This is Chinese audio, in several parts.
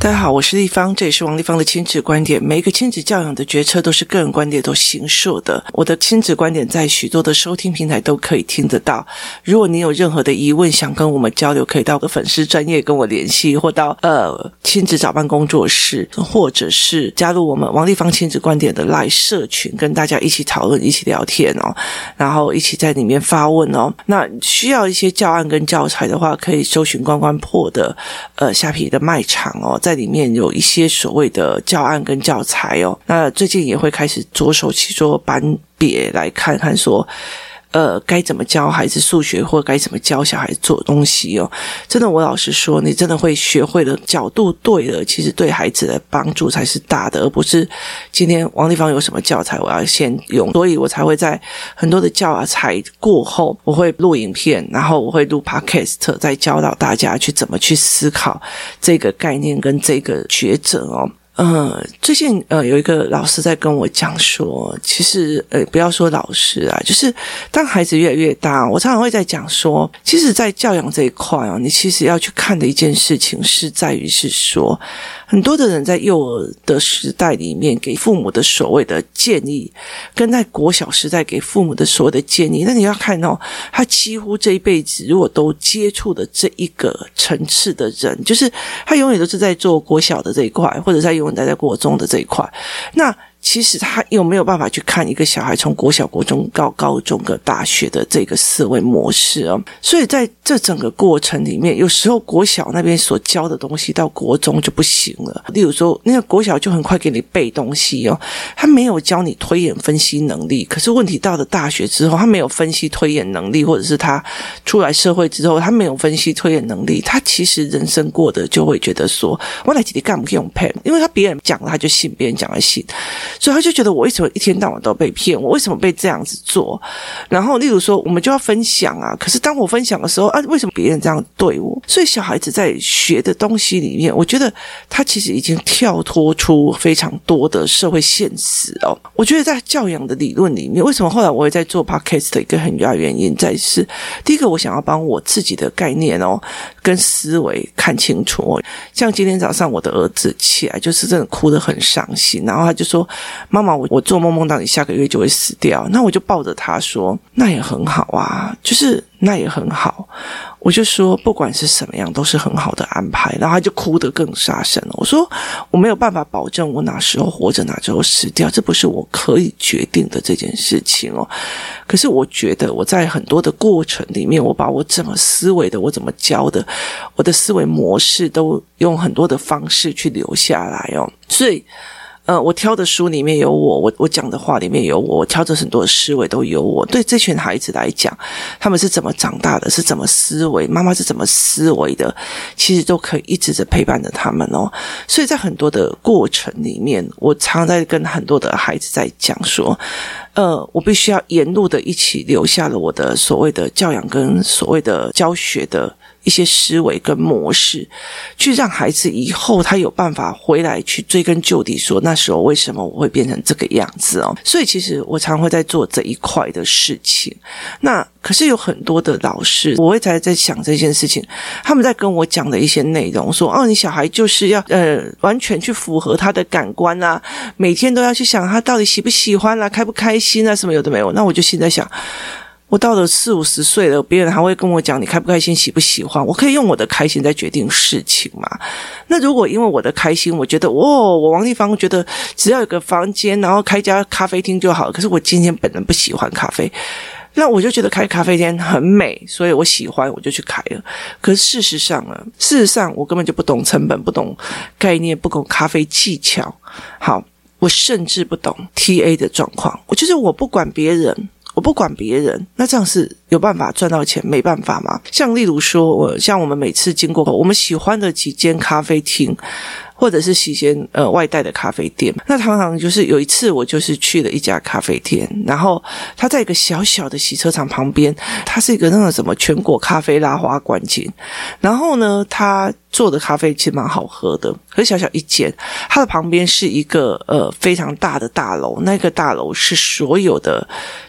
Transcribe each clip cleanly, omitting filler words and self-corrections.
大家好，我是立方，这也是王立方的亲子观点。每一个亲子教养的决策都是个人观点都形塑的。我的亲子观点在许多的收听平台都可以听得到。如果你有任何的疑问想跟我们交流，可以到粉丝专页跟我联系，或到亲子早班工作室，或者是加入我们王立方亲子观点的 LINE 社群，跟大家一起讨论，一起聊天哦，然后一起在里面发问哦。那需要一些教案跟教材的话，可以搜寻关关破的虾皮的卖场哦，在里面有一些所谓的教案跟教材哦。那最近也会开始着手去做班别来看看说该怎么教孩子数学，或该怎么教小孩做东西哦。真的，我老实说，你真的会学会了，角度对了，其实对孩子的帮助才是大的，而不是今天王立方有什么教材我要先用。所以我才会在很多的教材过后，我会录影片，然后我会录 podcast， 再教导大家去怎么去思考这个概念跟这个抉择哦。最近有一个老师在跟我讲说，其实不要说老师啊，就是当孩子越来越大，我常常会在讲说，其实在教养这一块哦，你其实要去看的一件事情是在于是说，很多的人在幼儿的时代里面给父母的所谓的建议，跟在国小时代给父母的所谓的建议，那你要看哦，他几乎这一辈子如果都接触的这一个层次的人，就是他永远都是在做国小的这一块，或者在待在国中的这一块，那其实他有没有办法去看一个小孩从国小、国中到高中跟大学的这个思维模式哦？所以在这整个过程里面，有时候国小那边所教的东西到国中就不行了。例如说，那个国小就很快给你背东西哦，他没有教你推演分析能力。可是问题到了大学之后，他没有分析推演能力，或者是他出来社会之后，他没有分析推演能力，他其实人生过的就会觉得说，我来这里干不用骗，因为他别人讲了他就信，别人讲了信。所以他就觉得我为什么一天到晚都被骗，我为什么被这样子做。然后例如说我们就要分享啊，可是当我分享的时候啊，为什么别人这样对我？所以小孩子在学的东西里面，我觉得他其实已经跳脱出非常多的社会现实哦。我觉得在教养的理论里面，为什么后来我会在做 podcast 的一个很重要原因在是，第一个我想要帮我自己的概念哦跟思维看清楚哦。像今天早上我的儿子起来就是真的哭得很伤心，然后他就说，妈妈，我做梦梦到你下个月就会死掉。那我就抱着他说，那也很好啊，就是那也很好。我就说不管是什么样都是很好的安排。然后他就哭得更杀声了。我说我没有办法保证我哪时候活着哪时候死掉，这不是我可以决定的这件事情哦。可是我觉得我在很多的过程里面，我把我怎么思维的，我怎么教的，我的思维模式都用很多的方式去留下来哦。所以我挑的书里面有我讲的话里面有我挑的很多的思维都有我。对这群孩子来讲，他们是怎么长大的，是怎么思维，妈妈是怎么思维的，其实都可以一直的陪伴着他们哦。所以在很多的过程里面，我常在跟很多的孩子在讲说，我必须要沿路的一起留下了我的所谓的教养跟所谓的教学的一些思维跟模式，去让孩子以后他有办法回来去追根究底说，那时候为什么我会变成这个样子哦。所以其实我常会在做这一块的事情。那可是有很多的老师，我会在想这件事情，他们在跟我讲的一些内容说，你小孩就是要完全去符合他的感官啊，每天都要去想他到底喜不喜欢啊，开不开心啊，什么有的没有。那我就现在想，我到了40-50岁了，别人还会跟我讲你开不开心喜不喜欢，我可以用我的开心在决定事情嘛。那如果因为我的开心，我觉得我王立方觉得只要有个房间然后开家咖啡厅就好，可是我今天本人不喜欢咖啡，那我就觉得开咖啡店很美，所以我喜欢我就去开了。可是事实上我根本就不懂成本，不懂概念，不懂咖啡技巧。好，我甚至不懂 TA 的状况，我不管别人，那这样是有办法赚到钱？没办法嘛。像例如说，像我们每次经过我们喜欢的几间咖啡厅，或者是几间外带的咖啡店，那常常就是有一次我就是去了一家咖啡店，然后它在一个小小的洗车场旁边，它是一个那种什么全国咖啡拉花冠军，然后呢它做的咖啡其实蛮好喝的，可是小小一间，它的旁边是一个非常大的大楼，那个大楼是所有的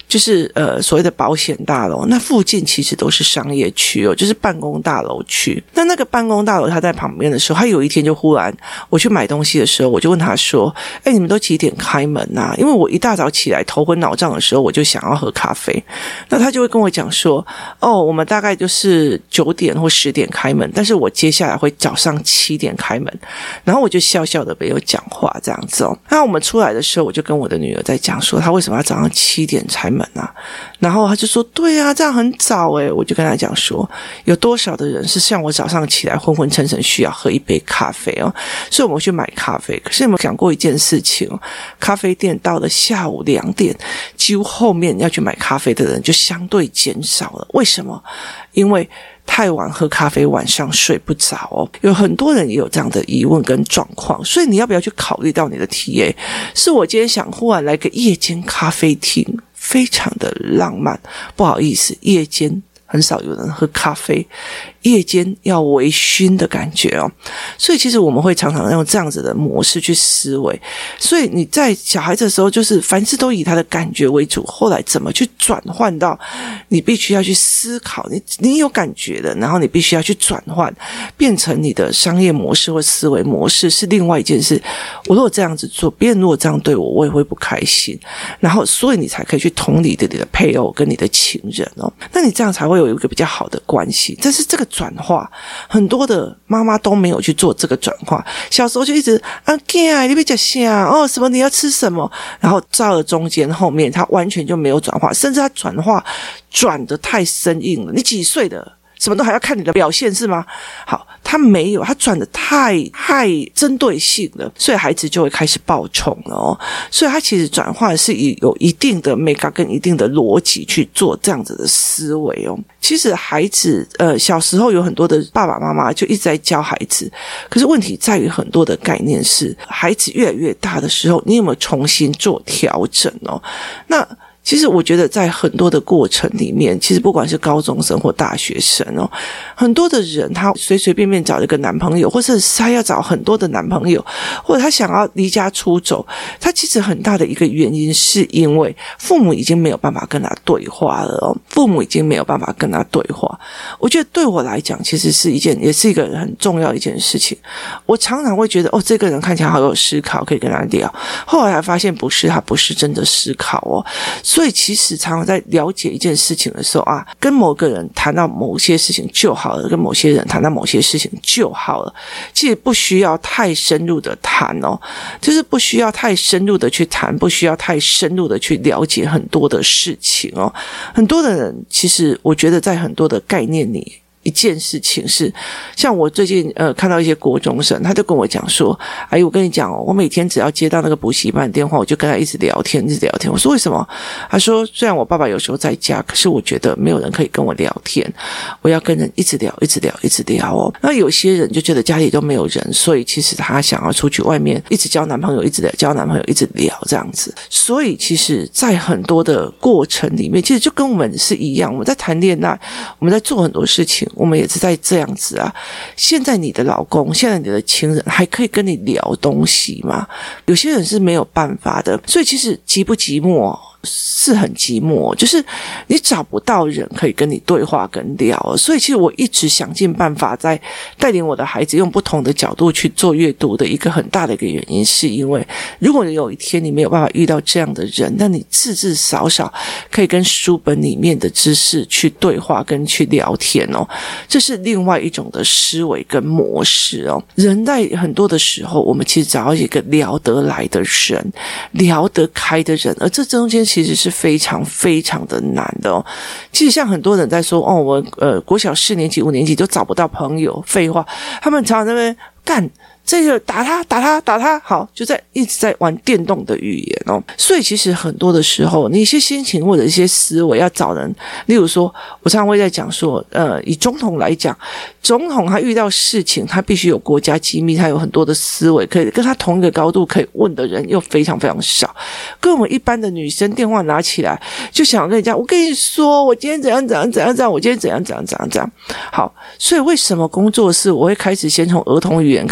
就是所谓的保险大楼，那附近其实都是商业区哦，就是办公大楼区。那个办公大楼他在旁边的时候，他有一天就忽然我去买东西的时候，我就问他说：“你们都几点开门啊？”因为我一大早起来头昏脑胀的时候，我就想要喝咖啡。那他就会跟我讲说：“我们大概就是9点或10点开门，但是我接下来会早上7点开门。”然后我就笑笑的没有讲话这样子哦。那我们出来的时候，我就跟我的女儿在讲说，她为什么要早上7点开门啊？然后她就说：“对啊，这样很早诶。”我就跟她讲说，有多少的人是像我早上起来昏昏沉沉需要喝一杯咖啡哦，所以我们去买咖啡。可是有没有想过一件事情哦？咖啡店到了下午2点，几乎后面要去买咖啡的人就相对减少了。为什么？因为太晚喝咖啡，晚上睡不着哦。有很多人也有这样的疑问跟状况，所以你要不要去考虑到你的 TA？ 是我今天想忽然来个夜间咖啡厅，非常的浪漫。不好意思，夜间很少有人喝咖啡，夜间要微醺的感觉哦。所以其实我们会常常用这样子的模式去思维。所以你在小孩子的时候，就是凡事都以他的感觉为主，后来怎么去转换到你必须要去思考，你有感觉的，然后你必须要去转换变成你的商业模式或思维模式，是另外一件事。我如果这样子做，别人如果这样对我，我也会不开心。然后所以你才可以去同理你的配偶跟你的情人哦，那你这样才会有一个比较好的关系。但是这个转化，很多的妈妈都没有去做这个转化。小时候就一直你别讲啥什么你要吃什么，然后到了中间后面，他完全就没有转化，甚至他转化转得太生硬了。你几岁的？什么都还要看你的表现是吗？好，他没有，他转得太针对性了，所以孩子就会开始爆冲了哦。所以他其实转化是有一定的 mega 跟一定的逻辑去做这样子的思维哦。其实孩子小时候有很多的爸爸妈妈就一直在教孩子，可是问题在于很多的概念是孩子越来越大的时候，你有没有重新做调整哦？那其实我觉得在很多的过程里面，其实不管是高中生或大学生哦，很多的人他随随便便找一个男朋友，或者是他要找很多的男朋友，或者他想要离家出走，他其实很大的一个原因是因为父母已经没有办法跟他对话了哦，父母已经没有办法跟他对话。我觉得对我来讲，其实是也是一个很重要的一件事情。我常常会觉得这个人看起来好有思考，可以跟他聊，后来还发现不是，他不是真的思考哦。所以其实常常在了解一件事情的时候跟某个人谈到某些事情就好了，跟某些人谈到某些事情就好了。其实不需要太深入的谈哦，就是不需要太深入的去谈，不需要太深入的去了解很多的事情哦。很多的人其实我觉得在很多的概念里，一件事情是，像我最近看到一些国中生，他就跟我讲说，我跟你讲我每天只要接到那个补习班的电话，我就跟他一直聊天。我说为什么？他说虽然我爸爸有时候在家，可是我觉得没有人可以跟我聊天，我要跟人一直聊哦。那有些人就觉得家里都没有人，所以其实他想要出去外面一直交男朋友，一直聊交男朋友，一直聊这样子。所以其实在很多的过程里面，其实就跟我们是一样，我们在谈恋爱，我们在做很多事情，我们也是在这样子现在你的老公，现在你的情人还可以跟你聊东西吗？有些人是没有办法的。所以其实寂不寂寞是很寂寞，就是你找不到人可以跟你对话跟聊。所以其实我一直想尽办法在带领我的孩子用不同的角度去做阅读的一个很大的一个原因，是因为如果有一天你没有办法遇到这样的人，那你至少可以跟书本里面的知识去对话跟去聊天哦，这是另外一种的思维跟模式哦。人在很多的时候，我们其实找到一个聊得来的人，聊得开的人，而这中间其实是非常非常的难的哦。其实像很多人在说我国小4年级5年级都找不到朋友，废话，他们常常在那边干这个打他，好，就一直在玩电动的语言哦。所以其实很多的时候，你一些心情或者一些思维要找人，例如说我常常会在讲说以总统来讲，总统他遇到事情，他必须有国家机密，他有很多的思维，可以跟他同一个高度可以问的人又非常非常少。跟我们一般的女生电话拿起来就想跟人家，我跟你说我今天怎样，我今天怎样。好，所以为什么工作室我会开始先从儿童语言开始，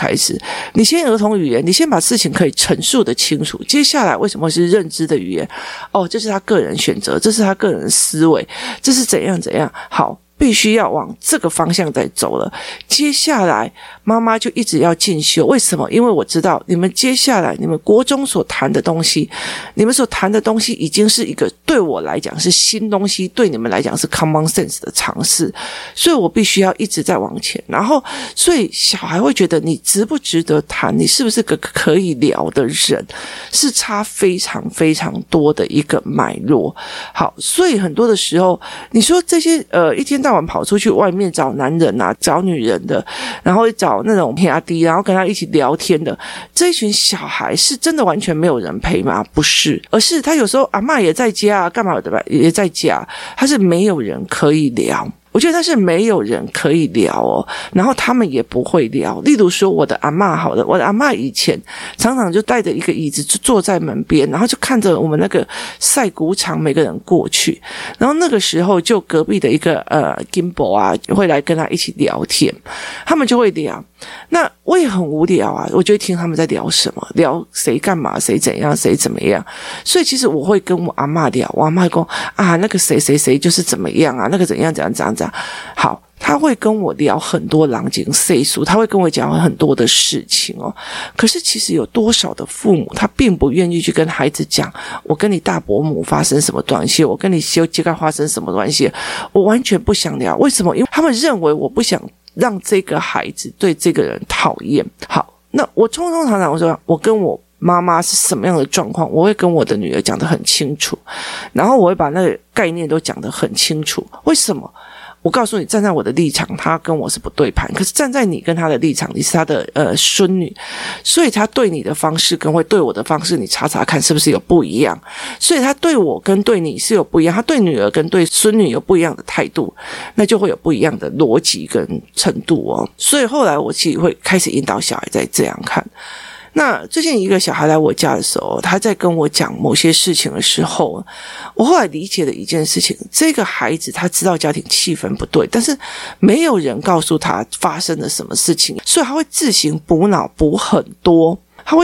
你先儿童语言，你先把事情可以陈述的清楚，接下来为什么是认知的语言？这是他个人选择，这是他个人的思维，这是怎样怎样。好，必须要往这个方向在走了。接下来妈妈就一直要进修，为什么？因为我知道你们接下来你们国中所谈的东西，你们所谈的东西已经是一个对我来讲是新东西，对你们来讲是 common sense 的尝试，所以我必须要一直在往前。然后所以小孩会觉得你值不值得谈，你是不是个可以聊的人，是差非常非常多的一个脉络。好，所以很多的时候你说这些一天到晚跑出去外面找男人啊，找女人的，然后找那种兄弟，然后跟他一起聊天的，这一群小孩是真的完全没有人陪吗？不是，而是他有时候阿嬷也在家啊，干嘛的吧，也在家，他是没有人可以聊。我觉得他是没有人可以聊然后他们也不会聊。例如说我的阿嬷好了，我的阿嬷以前常常就带着一个椅子就坐在门边，然后就看着我们那个晒谷场每个人过去，然后那个时候就隔壁的一个金伯啊会来跟他一起聊天，他们就会聊。那我也很无聊啊，我就会听他们在聊什么，聊谁干嘛，谁怎样，谁怎么样。所以其实我会跟我阿嬷聊，我阿嬷说啊，那个谁谁谁就是怎么样啊，那个怎样怎样怎样怎样。好，他会跟我聊很多人情世事，他会跟我讲很多的事情可是其实有多少的父母他并不愿意去跟孩子讲，我跟你大伯母发生什么关系，我跟你修杰发生什么关系，我完全不想聊。为什么？因为他们认为我不想让这个孩子对这个人讨厌。好，那我通常我说我跟我妈妈是什么样的状况，我会跟我的女儿讲得很清楚，然后我会把那个概念都讲得很清楚。为什么？我告诉你，站在我的立场，他跟我是不对盘，可是站在你跟他的立场，你是他的孙女，所以他对你的方式跟会对我的方式，你查查看是不是有不一样。所以他对我跟对你是有不一样，他对女儿跟对孙女有不一样的态度，那就会有不一样的逻辑跟程度所以后来我其实会开始引导小孩再这样看。那最近一个小孩来我家的时候，他在跟我讲某些事情的时候，我后来理解了一件事情，这个孩子他知道家庭气氛不对，但是没有人告诉他发生了什么事情，所以他会自行补脑补很多。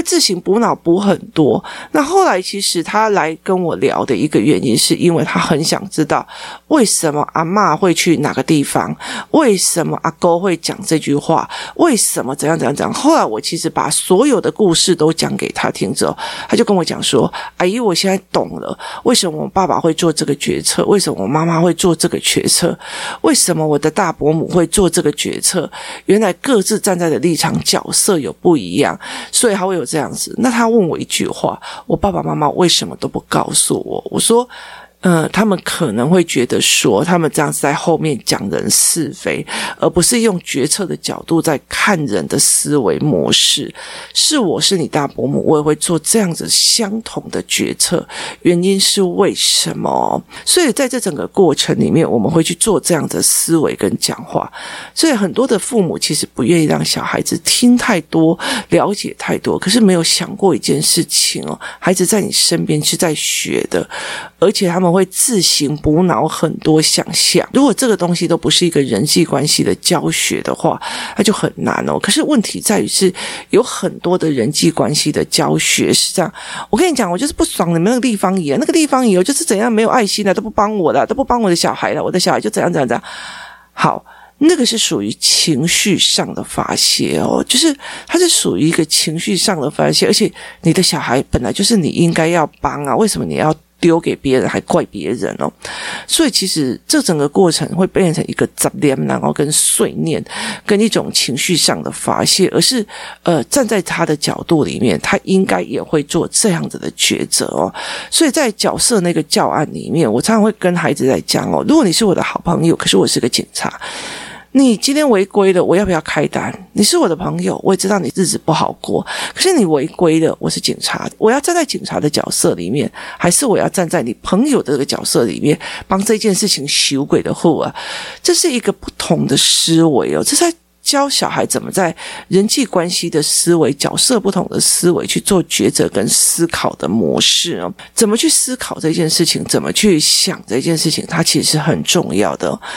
那后来其实他来跟我聊的一个原因，是因为他很想知道为什么阿嬷会去哪个地方，为什么阿公会讲这句话，为什么怎样怎样怎样。后来我其实把所有的故事都讲给他听之后，他就跟我讲说，阿姨，我现在懂了，为什么我爸爸会做这个决策，为什么我妈妈会做这个决策，为什么我的大伯母会做这个决策，原来各自站在的立场角色有不一样，所以他会有这样子。那他问我一句话，我爸爸妈妈为什么都不告诉我？我说他们可能会觉得说他们这样子在后面讲人是非，而不是用决策的角度在看人的思维模式。我是你大伯母，我也会做这样子相同的决策，原因是为什么？所以在这整个过程里面，我们会去做这样的思维跟讲话。所以很多的父母其实不愿意让小孩子听太多，了解太多，可是没有想过一件事情孩子在你身边是在学的，而且他们会自行补脑很多想象。如果这个东西都不是一个人际关系的教学的话，那就很难可是问题在于是有很多的人际关系的教学是这样，我跟你讲，我就是不爽你们那个地方爷，那个地方爷就是怎样没有爱心的，都不帮我的，都不帮我的小孩了，我的小孩就怎样怎样怎样。好，那个是属于情绪上的发泄就是它是属于一个情绪上的发泄，而且你的小孩本来就是你应该要帮为什么你要丢给别人还怪别人所以其实这整个过程会变成一个杂念，然后跟碎念跟一种情绪上的发泄，而是站在他的角度里面，他应该也会做这样子的抉择所以在角色那个教案里面，我常常会跟孩子在讲如果你是我的好朋友，可是我是个警察，你今天违规了，我要不要开单？你是我的朋友，我也知道你日子不好过，可是你违规了，我是警察，我要站在警察的角色里面，还是我要站在你朋友的这个角色里面，帮这件事情修鬼的后这是一个不同的思维这是在教小孩怎么在人际关系的思维、角色不同的思维去做抉择跟思考的模式怎么去思考这件事情，怎么去想这件事情，它其实是很重要的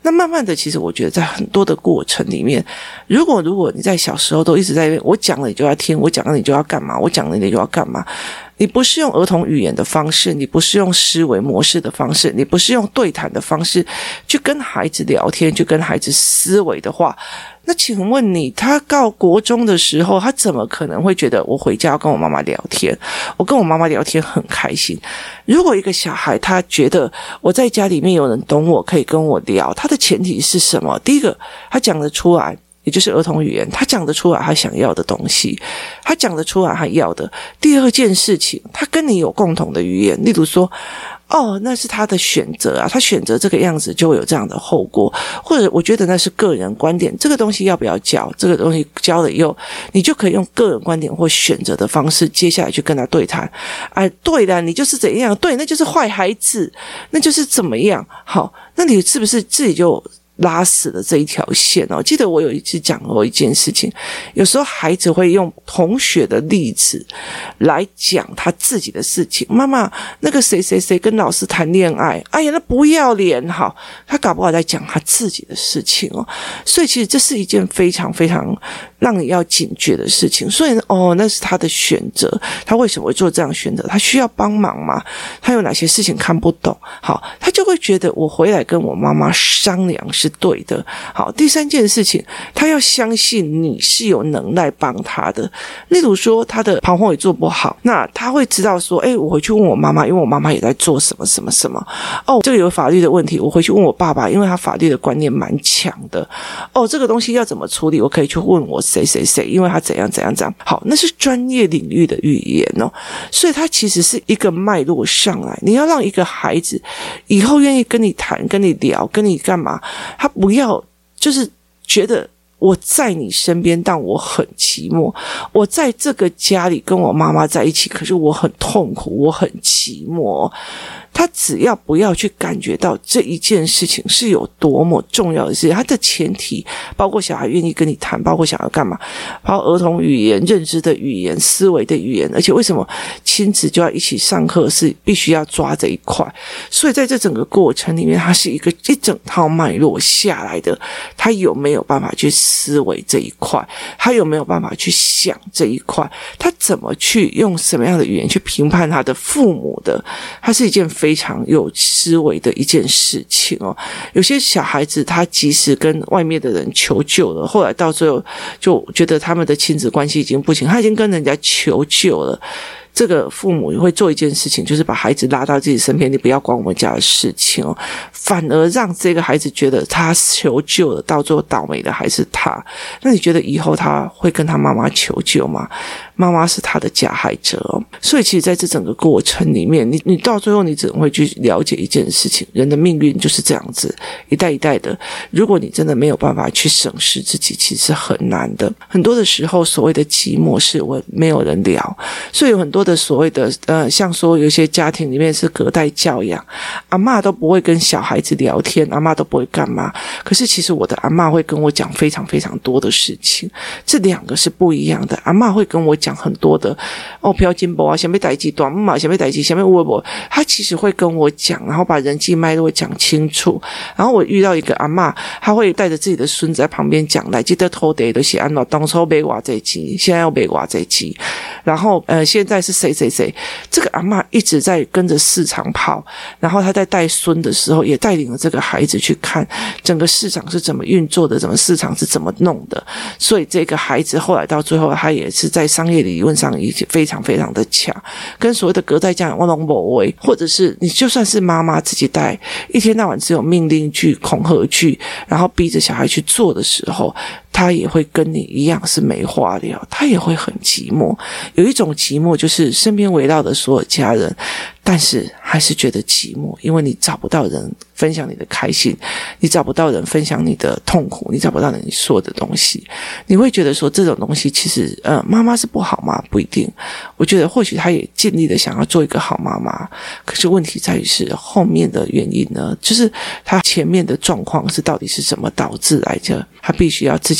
那慢慢的，其实我觉得在很多的过程里面，如果你在小时候都一直在我讲了你就要听，我讲了你就要干嘛，我讲了你就要干嘛，你不是用儿童语言的方式，你不是用思维模式的方式，你不是用对谈的方式去跟孩子聊天，去跟孩子思维的话，那请问你，他到国中的时候，他怎么可能会觉得我回家要跟我妈妈聊天，我跟我妈妈聊天很开心？如果一个小孩他觉得我在家里面有人懂我，可以跟我聊，他的前提是什么？第一个，他讲得出来，也就是儿童语言，他讲得出来他想要的东西，他讲得出来他要的。第二件事情，他跟你有共同的语言，例如说那是他的选择啊，他选择这个样子就会有这样的后果，或者我觉得那是个人观点，这个东西要不要教，这个东西教了以后，你就可以用个人观点或选择的方式接下来去跟他对谈。对的，你就是怎样，对，那就是坏孩子，那就是怎么样，好，那你是不是自己就拉死了这一条线哦？记得我有一次讲过一件事情，有时候孩子会用同学的例子来讲他自己的事情。妈妈，那个谁谁谁跟老师谈恋爱，哎呀，那不要脸，好，他搞不好在讲他自己的事情哦。所以其实这是一件非常非常让你要警觉的事情。所以那是他的选择，他为什么会做这样的选择？他需要帮忙吗？他有哪些事情看不懂？好，他就会觉得我回来跟我妈妈商量是对的。好，第三件事情，他要相信你是有能耐帮他的。例如说他的膀胱也做不好，那他会知道说我回去问我妈妈，因为我妈妈也在做什么什么什么。这个有法律的问题，我回去问我爸爸，因为他法律的观念蛮强的。这个东西要怎么处理，我可以去问我谁谁谁，因为他怎样怎样怎样。好，那是专业领域的语言哦。所以它其实是一个脉络上来，你要让一个孩子以后愿意跟你谈，跟你聊，跟你干嘛，他不要就是觉得我在你身边，但我很寂寞。我在这个家里跟我妈妈在一起，可是我很痛苦，我很寂寞。他只要不要去感觉到这一件事情是有多么重要的事情，他的前提包括小孩愿意跟你谈，包括想要干嘛，包括儿童语言、认知的语言、思维的语言。而且为什么亲子就要一起上课，是必须要抓这一块。所以在这整个过程里面，它是一整套脉络下来的。他有没有办法去思维这一块？他有没有办法去想这一块？他怎么去用什么样的语言去评判他的父母的？它是一件非常有思维的一件事情哦。有些小孩子他即使跟外面的人求救了，后来到最后就觉得他们的亲子关系已经不行，他已经跟人家求救了。这个父母会做一件事情，就是把孩子拉到自己身边，你不要管我们家的事情哦，反而让这个孩子觉得他求救了，到最后倒霉的还是他。那你觉得以后他会跟他妈妈求救吗？妈妈是他的加害者哦。所以其实在这整个过程里面，你到最后你只能会去了解一件事情，人的命运就是这样子，一代一代的。如果你真的没有办法去审视自己，其实是很难的。很多的时候所谓的寂寞是我没有人聊，所以有很多的所谓的像说有些家庭里面是隔代教养，阿嬷都不会跟小孩子聊天，阿嬷都不会干嘛。可是其实我的阿嬷会跟我讲非常非常多的事情，这两个是不一样的。阿嬷会跟我讲很多的飘金箔啊，想要代志短嘛，想要代志，想要微博，他其实会跟我讲，然后把人际脉络讲清楚。然后我遇到一个阿嬷，他会带着自己的孙子在旁边讲，来记得偷的都是安怎当初买偌这集，现在要买偌这集，然后现在是谁谁谁。这个阿嬷一直在跟着市场跑，然后他在带孙的时候也带领了这个孩子去看整个市场是怎么运作的，整个市场是怎么弄的。所以这个孩子后来到最后，他也是在商业理论上也非常非常的强，跟所谓的隔代教养我都不会，或者是你就算是妈妈自己带，一天到晚只有命令句、恐吓句，然后逼着小孩去做的时候，他也会跟你一样是没话聊，他也会很寂寞。有一种寂寞就是身边围绕的所有家人，但是还是觉得寂寞，因为你找不到人分享你的开心，你找不到人分享你的痛苦，你找不到人说的东西。你会觉得说这种东西其实妈妈是不好吗？不一定。我觉得或许她也尽力的想要做一个好妈妈，可是问题在于是后面的原因呢，就是她前面的状况是到底是怎么导致来的，她必须要自己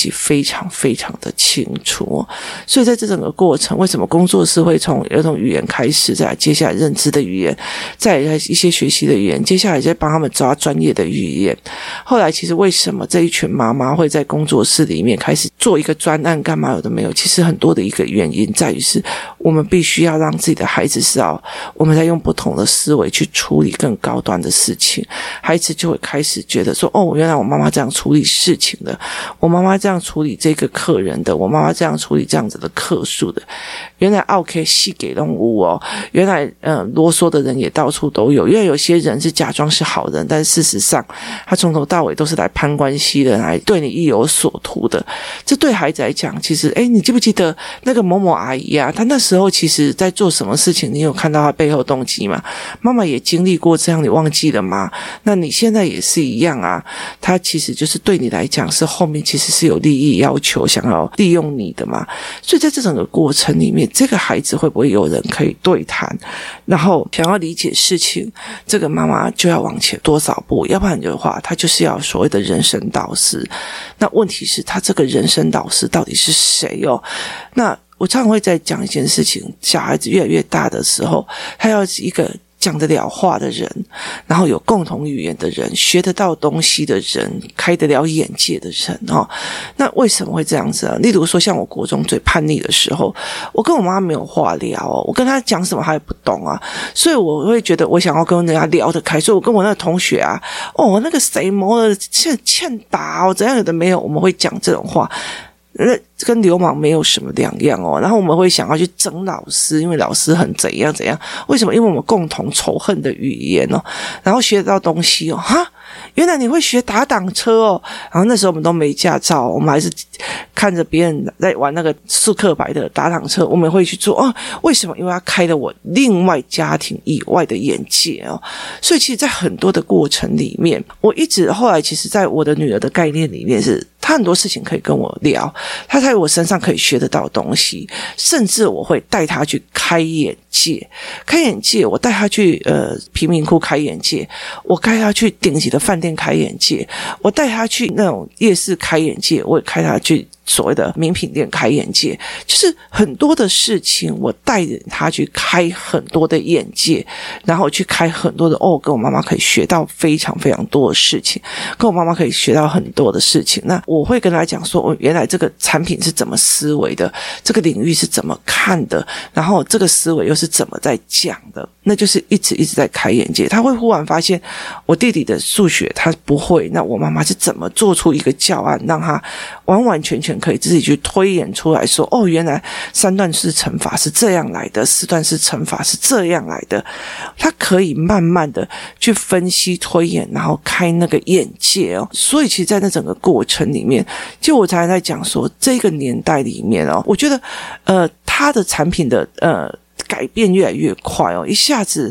己非常非常的清楚。所以在这整个过程，为什么工作室会从儿童语言开始，再来接下来认知的语言，再来一些学习的语言，接下来再帮他们抓专业的语言。后来其实为什么这一群妈妈会在工作室里面开始做一个专案，干嘛有的没有，其实很多的一个原因在于是我们必须要让自己的孩子知道，我们在用不同的思维去处理更高端的事情，孩子就会开始觉得说，哦，原来我妈妈这样处理事情的，我妈妈这样处理这个客人的，我妈妈这样处理这样子的客诉的，原来 OK 戏给动物哦，原来啰嗦的人也到处都有，因为有些人是假装是好人，但是事实上他从头到尾都是来攀关系的，来对你意有所图的。这对孩子来讲，其实你记不记得那个某某阿姨啊，她那时候其实在做什么事情，你有看到她背后动机吗？妈妈也经历过这样，你忘记了吗？那你现在也是一样啊，她其实就是对你来讲是后面其实是有利益要求，想要利用你的嘛。所以在这整个过程里面，这个孩子会不会有人可以对谈，然后想要理解事情，这个妈妈就要往前多少步，要不然的话她就是要所谓的人生导师。那问题是她这个人生导师到底是谁哦？那我常常会在讲一件事情，小孩子越来越大的时候，他要一个讲得了话的人，然后有共同语言的人，学得到东西的人，开得了眼界的人哦。那为什么会这样子啊？例如说像我国中最叛逆的时候，我跟我妈没有话聊哦，我跟她讲什么她也不懂啊，所以我会觉得我想要跟人家聊得开，所以我跟我那个同学啊，哦，那个谁某的欠打哦，怎样有的没有，我们会讲这种话。跟流氓没有什么两样哦，然后我们会想要去整老师，因为老师很怎样怎样，为什么？因为我们共同仇恨的语言哦，然后学得到东西哦，哈，原来你会学打挡车哦，然后那时候我们都没驾照，我们还是看着别人在玩那个速克白的打挡车，我们会去做哦，为什么？因为他开了我另外家庭以外的眼界哦，所以其实在很多的过程里面，我一直后来其实在我的女儿的概念里面是，她很多事情可以跟我聊，她在我身上可以学得到东西，甚至我会带她去开眼界，我带她去贫民窟开眼界，我带她去顶级的饭店开眼界，我带她去那种夜市开眼界，我也开她去所谓的名品店开眼界，就是很多的事情我带着他去开很多的眼界，然后去开很多的跟我妈妈可以学到非常非常多的事情，跟我妈妈可以学到很多的事情。那我会跟他讲说，原来这个产品是怎么思维的，这个领域是怎么看的，然后这个思维又是怎么在讲的，那就是一直在开眼界。他会忽然发现我弟弟的数学他不会，那我妈妈是怎么做出一个教案，让他完完全全可以自己去推演出来说，原来3段式乘法是这样来的，4段式乘法是这样来的，他可以慢慢的去分析推演，然后开那个眼界哦。所以其实在那整个过程里面，就我才在讲说这个年代里面哦，我觉得他的产品的改变越来越快哦，一下子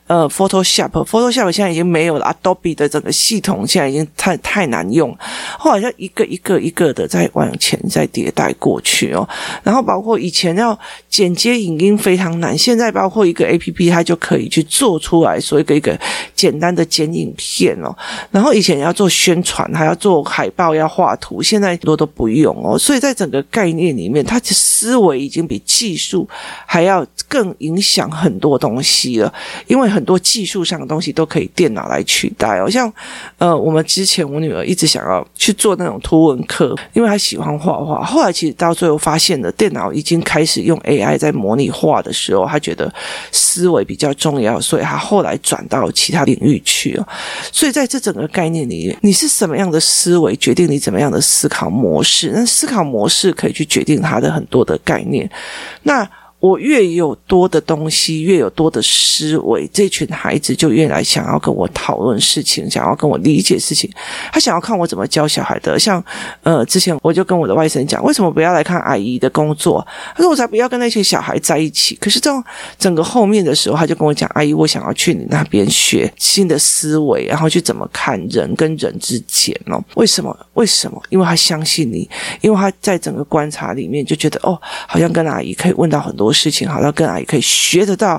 Photoshop 现在已经没有了 ，Adobe 的整个系统现在已经太难用，后来就一个的在往前再迭代过去哦。然后包括以前要剪接影音非常难，现在包括一个 APP 它就可以去做出来，说一个简单的剪影片哦。然后以前要做宣传，还要做海报，要画图，现在很多都不用哦。所以在整个概念里面，它的思维已经比技术还要更影响很多东西了，因为很多技术上的东西都可以电脑来取代哦。像我们之前我女儿一直想要去做那种图文课，因为她喜欢画画，后来其实到最后发现了电脑已经开始用 AI 在模拟画的时候，她觉得思维比较重要，所以她后来转到其他领域去哦。所以在这整个概念里，你是什么样的思维决定你怎么样的思考模式，那思考模式可以去决定它的很多的概念。那我越有多的东西，越有多的思维，这群孩子就越来想要跟我讨论事情，想要跟我理解事情，他想要看我怎么教小孩的。像之前我就跟我的外甥讲，为什么不要来看阿姨的工作，他说我才不要跟那些小孩在一起。可是这种整个后面的时候，他就跟我讲，阿姨我想要去你那边学新的思维，然后去怎么看人跟人之间哦。为什么？因为他相信你，因为他在整个观察里面就觉得好像跟阿姨可以问到很多事情，好像跟阿姨可以学得到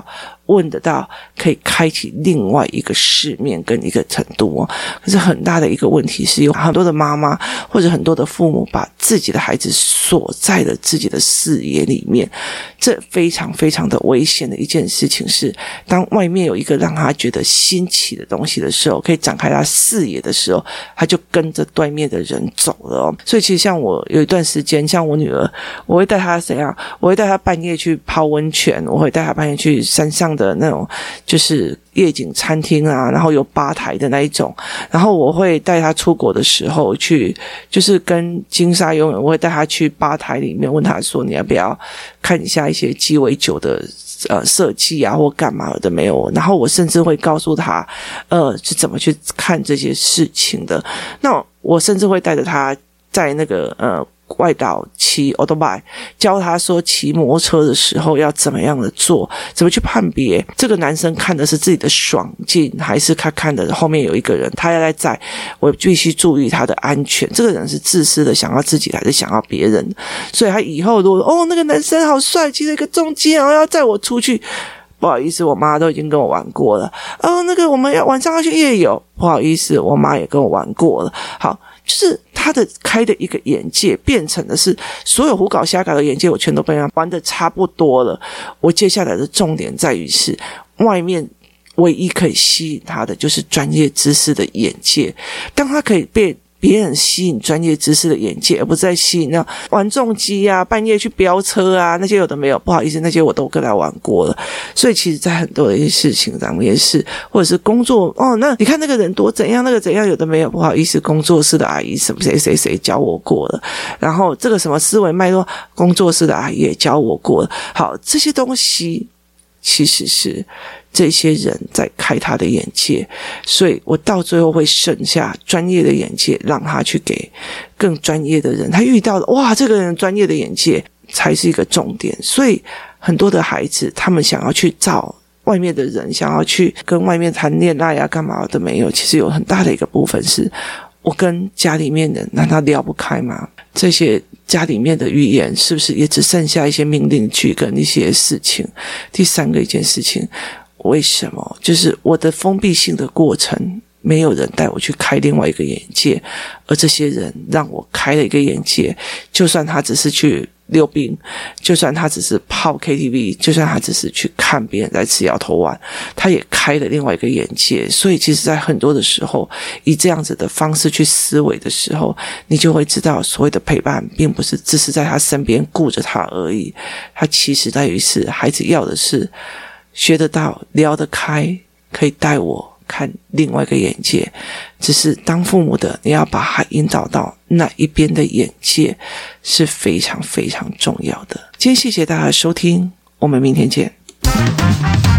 问得到，可以开启另外一个世面跟一个程度哦。可是很大的一个问题是，有很多的妈妈或者很多的父母把自己的孩子锁在了自己的视野里面，这非常非常的危险的一件事情是，当外面有一个让他觉得新奇的东西的时候，可以展开他视野的时候，他就跟着对面的人走了哦。所以其实像我有一段时间，像我女儿，我会带她怎样？我会带她半夜去泡温泉，我会带她半夜去山上的那种就是夜景餐厅啊，然后有吧台的那一种，然后我会带她出国的时候去，就是跟金沙游泳，我会带她去吧台里面问她说，你要不要看一下一些鸡尾酒的设计啊，或干嘛的没有？然后我甚至会告诉她是怎么去看这些事情的。那我甚至会带着她在那个外岛骑 autobike， 教他说骑摩托车的时候要怎么样的做，怎么去判别这个男生看的是自己的爽劲，还是他看的后面有一个人，他要在我必须注意他的安全，这个人是自私的想要自己还是想要别人，所以他以后如果那个男生好帅，骑了一个重机然后要载我出去，不好意思，我妈都已经跟我玩过了。那个我们晚上要去夜游，不好意思，我妈也跟我玩过了。好，就是他的开的一个眼界变成的是所有胡搞瞎搞的眼界我全都被他玩得差不多了。我接下来的重点在于是外面唯一可以吸引他的就是专业知识的眼界，当他可以被别人吸引专业知识的眼界，而不是在吸引那玩重机啊，半夜去飙车啊，那些有的没有，不好意思，那些我都跟他玩过了。所以其实在很多的一些事情上面也是，或者是工作那你看那个人多怎样，那个怎样，有的没有，不好意思，工作室的阿姨什么谁谁谁教我过了，然后这个什么思维脉络，工作室的阿姨也教我过了。好，这些东西其实是这些人在开他的眼界，所以我到最后会剩下专业的眼界，让他去给更专业的人，他遇到的哇，这个人专业的眼界才是一个重点。所以很多的孩子他们想要去找外面的人，想要去跟外面谈恋爱啊干嘛的没有，其实有很大的一个部分是我跟家里面的难道聊不开吗？这些家里面的语言是不是也只剩下一些命令句跟一些事情？第三个一件事情，为什么就是我的封闭性的过程没有人带我去开另外一个眼界，而这些人让我开了一个眼界，就算他只是去溜冰，就算他只是泡 KTV， 就算他只是去看别人在吃摇头丸，他也开了另外一个眼界。所以其实在很多的时候以这样子的方式去思维的时候，你就会知道所谓的陪伴并不是只是在他身边顾着他而已，他其实在于是孩子要的是学得到聊得开，可以带我看另外一个眼界，只是当父母的你要把他引导到那一边的眼界是非常非常重要的。今天谢谢大家的收听，我们明天见。